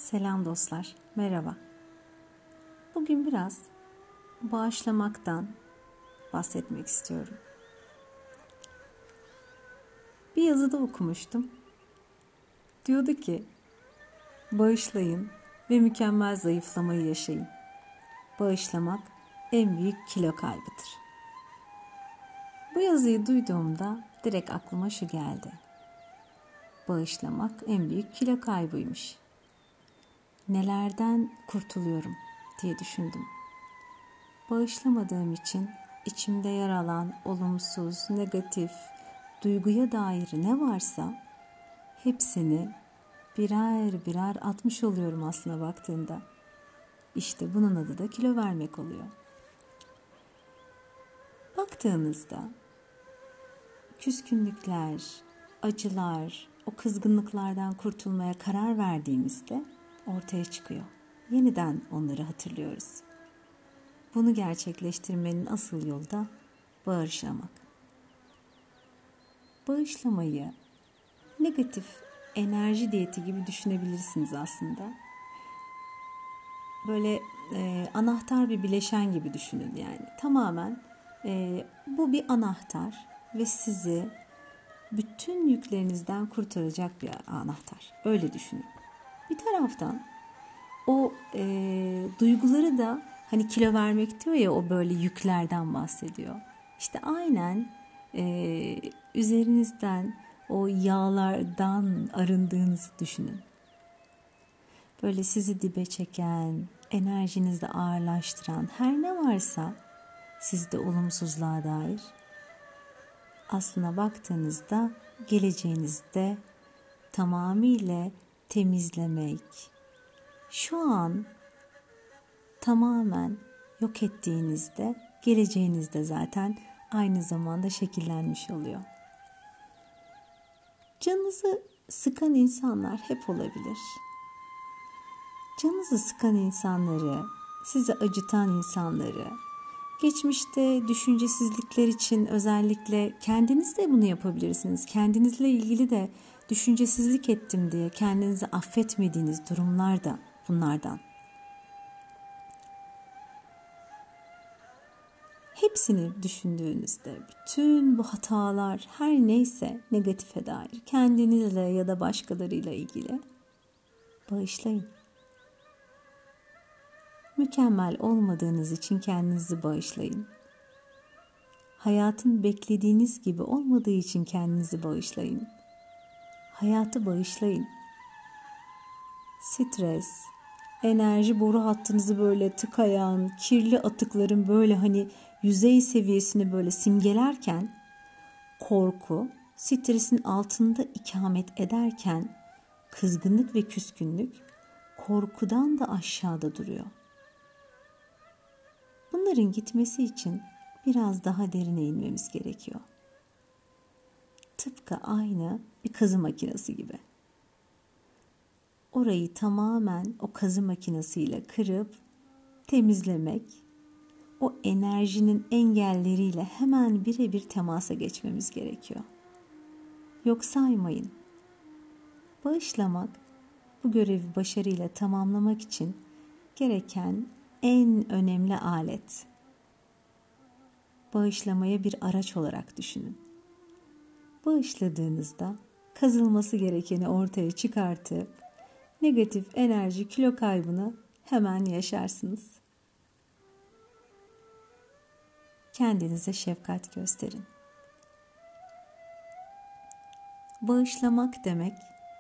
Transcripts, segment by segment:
Selam dostlar, merhaba. Bugün biraz bağışlamaktan bahsetmek istiyorum. Bir yazıda okumuştum. Diyordu ki, bağışlayın ve mükemmel zayıflamayı yaşayın. Bağışlamak en büyük kilo kaybıdır. Bu yazıyı duyduğumda direkt aklıma şu geldi. Bağışlamak en büyük kilo kaybıymış. Nelerden kurtuluyorum diye düşündüm. Bağışlamadığım için içimde yer alan olumsuz, negatif, duyguya dair ne varsa hepsini birer birer atmış oluyorum aslına baktığında. İşte bunun adı da kilo vermek oluyor. Baktığınızda küskünlükler, acılar, o kızgınlıklardan kurtulmaya karar verdiğimizde ortaya çıkıyor. Yeniden onları hatırlıyoruz. Bunu gerçekleştirmenin asıl yolu da bağışlamak. Bağışlamayı negatif enerji diyeti gibi düşünebilirsiniz aslında. Böyle anahtar bir bileşen gibi düşünün yani. Tamamen bu bir anahtar ve sizi bütün yüklerinizden kurtaracak bir anahtar. Öyle düşünün. Bir taraftan o duyguları da hani kilo vermek diyor ya, o böyle yüklerden bahsediyor. İşte aynen üzerinizden o yağlardan arındığınızı düşünün. Böyle sizi dibe çeken, enerjinizi ağırlaştıran her ne varsa sizde olumsuzluğa dair, aslına baktığınızda geleceğinizde tamamıyla temizlemek, şu an tamamen yok ettiğinizde geleceğinizde zaten aynı zamanda şekillenmiş oluyor. Canınızı sıkan insanlar hep olabilir. Canınızı sıkan insanları, sizi acıtan insanları, geçmişte düşüncesizlikler için özellikle kendiniz de bunu yapabilirsiniz. Kendinizle ilgili de düşüncesizlik ettim diye kendinizi affetmediğiniz durumlar da bunlardan. Hepsini düşündüğünüzde bütün bu hatalar her neyse negatife dair kendinizle ya da başkalarıyla ilgili bağışlayın. Mükemmel olmadığınız için kendinizi bağışlayın. Hayatın beklediğiniz gibi olmadığı için kendinizi bağışlayın. Hayatı bağışlayın. Stres, enerji boru hattınızı böyle tıkayan, kirli atıkların böyle hani yüzey seviyesini böyle simgelerken, korku, stresin altında ikamet ederken, kızgınlık ve küskünlük korkudan da aşağıda duruyor. Bunların gitmesi için biraz daha derine inmemiz gerekiyor. Tıpkı aynı bir kazı makinesi gibi. Orayı tamamen o kazı makinesiyle kırıp temizlemek, o enerjinin engelleriyle hemen birebir temasa geçmemiz gerekiyor. Yok saymayın. Bağışlamak, bu görevi başarıyla tamamlamak için gereken en önemli alet. Bağışlamaya bir araç olarak düşünün. Bağışladığınızda kazılması gerekeni ortaya çıkartıp negatif enerji kilo kaybını hemen yaşarsınız. Kendinize şefkat gösterin. Bağışlamak demek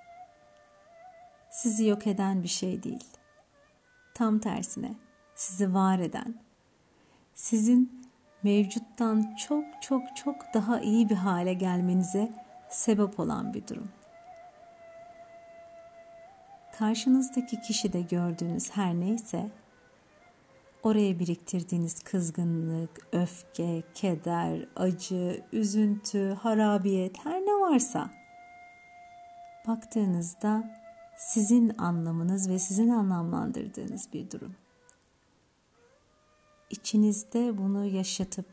sizi yok eden bir şey değil. Tam tersine sizi var eden, sizin mevcuttan çok çok çok daha iyi bir hale gelmenize sebep olan bir durum. Karşınızdaki kişide gördüğünüz her neyse, oraya biriktirdiğiniz kızgınlık, öfke, keder, acı, üzüntü, harabiyet her ne varsa, baktığınızda sizin anlamınız ve sizin anlamlandırdığınız bir durum. İçinizde bunu yaşatıp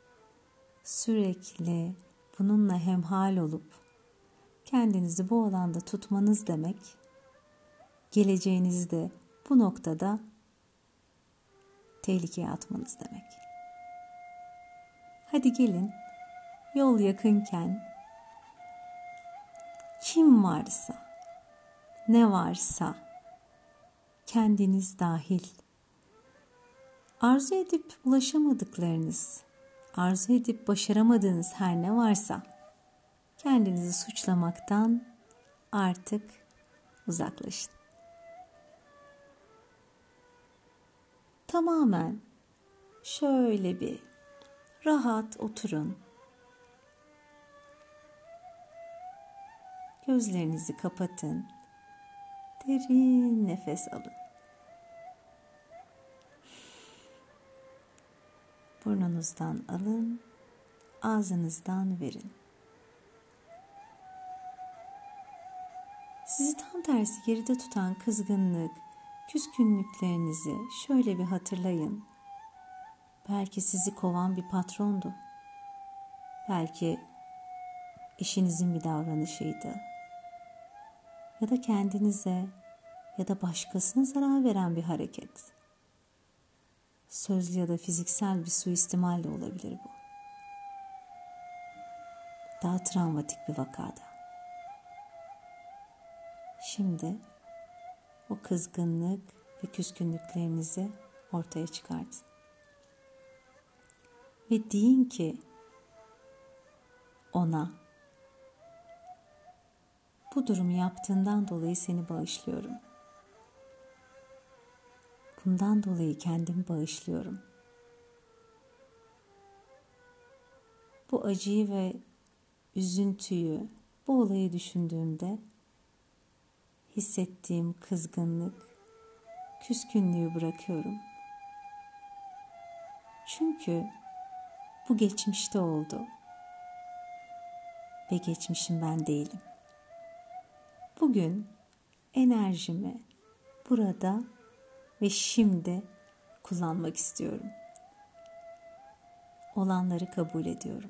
sürekli bununla hemhal olup kendinizi bu alanda tutmanız demek, geleceğinizi de bu noktada tehlikeye atmanız demek. Hadi gelin, yol yakınken kim varsa, ne varsa, kendiniz dahil, arzu edip ulaşamadıklarınız, arzu edip başaramadığınız her ne varsa, kendinizi suçlamaktan artık uzaklaşın. Tamamen şöyle bir rahat oturun. Gözlerinizi kapatın. Derin nefes alın. Burnunuzdan alın, ağzınızdan verin. Sizi tam tersi geride tutan kızgınlık, küskünlüklerinizi şöyle bir hatırlayın. Belki sizi kovan bir patrondu. Belki eşinizin bir davranışıydı. Ya da kendinize ya da başkasına zarar veren bir hareket. Sözlü ya da fiziksel bir suistimal de olabilir bu. Daha travmatik bir vakada. Şimdi o kızgınlık ve küskünlüklerinizi ortaya çıkartın. Ve deyin ki ona, bu durumu yaptığından dolayı seni bağışlıyorum. Bundan dolayı kendimi bağışlıyorum. Bu acıyı ve üzüntüyü, bu olayı düşündüğümde hissettiğim kızgınlık, küskünlüğü bırakıyorum. Çünkü bu geçmişte oldu ve geçmişim ben değilim. Bugün enerjimi burada ve şimdi kullanmak istiyorum. Olanları kabul ediyorum.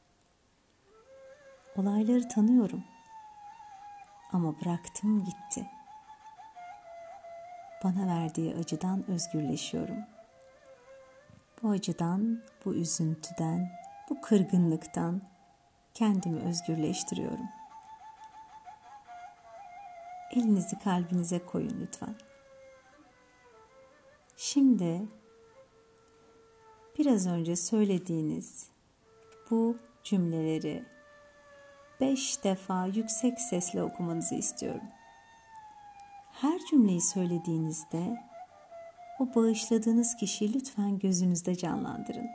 Olayları tanıyorum. Ama bıraktım gitti. Bana verdiği acıdan özgürleşiyorum. Bu acıdan, bu üzüntüden, bu kırgınlıktan kendimi özgürleştiriyorum. Elinizi kalbinize koyun lütfen. Şimdi biraz önce söylediğiniz bu cümleleri 5 defa yüksek sesle okumanızı istiyorum. Her cümleyi söylediğinizde o bağışladığınız kişiyi lütfen gözünüzde canlandırın.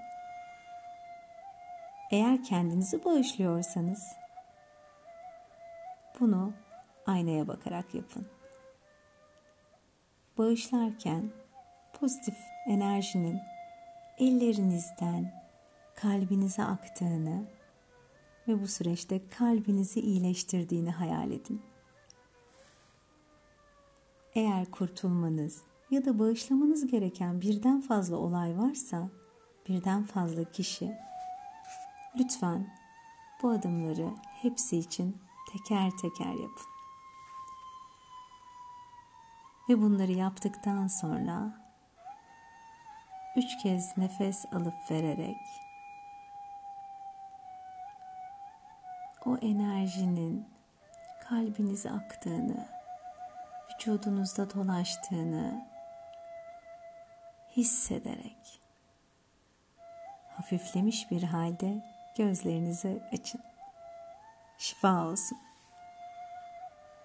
Eğer kendinizi bağışlıyorsanız bunu aynaya bakarak yapın. Bağışlarken pozitif enerjinin ellerinizden kalbinize aktığını ve bu süreçte kalbinizi iyileştirdiğini hayal edin. Eğer kurtulmanız ya da bağışlamanız gereken birden fazla olay varsa, birden fazla kişi, lütfen bu adımları hepsi için teker teker yapın. Ve bunları yaptıktan sonra 3 kez nefes alıp vererek o enerjinin kalbinize aktığını, vücudunuzda dolaştığını hissederek hafiflemiş bir halde gözlerinizi açın. Şifa olsun.